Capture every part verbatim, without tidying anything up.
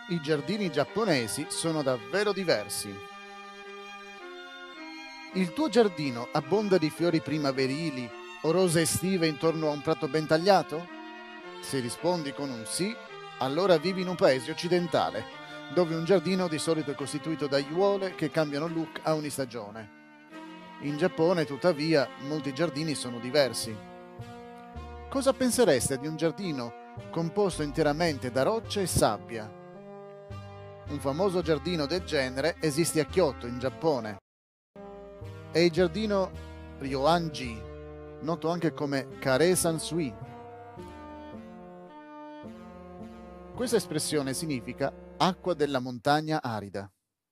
I giardini giapponesi sono davvero diversi. Il tuo giardino abbonda di fiori primaverili o rose estive intorno a un prato ben tagliato? Se rispondi con un sì, allora vivi in un paese occidentale, dove un giardino di solito è costituito da aiuole che cambiano look a ogni stagione. In Giappone, tuttavia, molti giardini sono diversi. Cosa pensereste di un giardino composto interamente da rocce e sabbia? Un famoso giardino del genere esiste a Kyoto, in Giappone. È il giardino Ryoanji, noto anche come Kare-san-sui. Questa espressione significa acqua della montagna arida.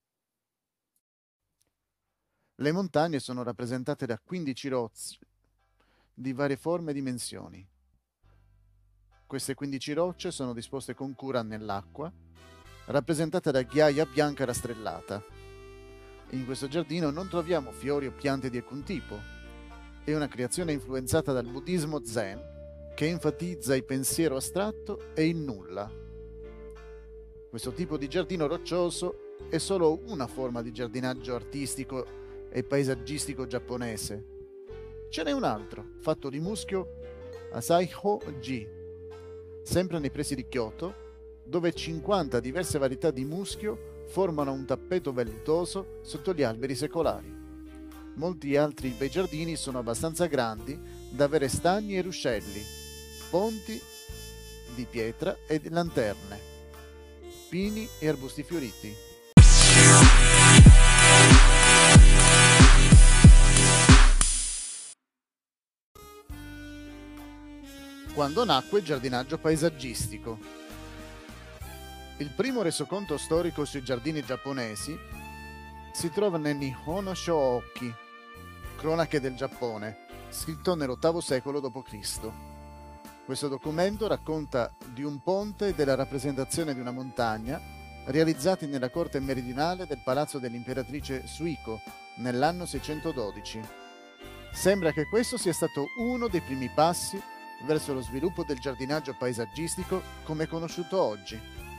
Le montagne sono rappresentate da quindici rocce di varie forme e dimensioni. Queste quindici rocce sono disposte con cura nell'acqua, rappresentate da ghiaia bianca rastrellata. In questo giardino non troviamo fiori o piante di alcun tipo. È una creazione influenzata dal buddismo zen, che enfatizza il pensiero astratto e il nulla. Questo tipo di giardino roccioso è solo una forma di giardinaggio artistico e paesaggistico giapponese. Ce n'è un altro, fatto di muschio Asaiho-ji, sempre nei pressi di Kyoto, dove cinquanta diverse varietà di muschio formano un tappeto vellutoso sotto gli alberi secolari. Molti altri bei giardini sono abbastanza grandi da avere stagni e ruscelli, ponti di pietra e lanterne, pini e arbusti fioriti. Quando nacque il giardinaggio paesaggistico? Il primo resoconto storico sui giardini giapponesi si trova nel Nihon Shōki, Cronache del Giappone, scritto nell'ottavo secolo dopo Cristo. Questo documento racconta di un ponte e della rappresentazione di una montagna realizzati nella corte meridionale del palazzo dell'imperatrice Suiko nell'anno seicentododici. Sembra che questo sia stato uno dei primi passi verso lo sviluppo del giardinaggio paesaggistico come conosciuto oggi.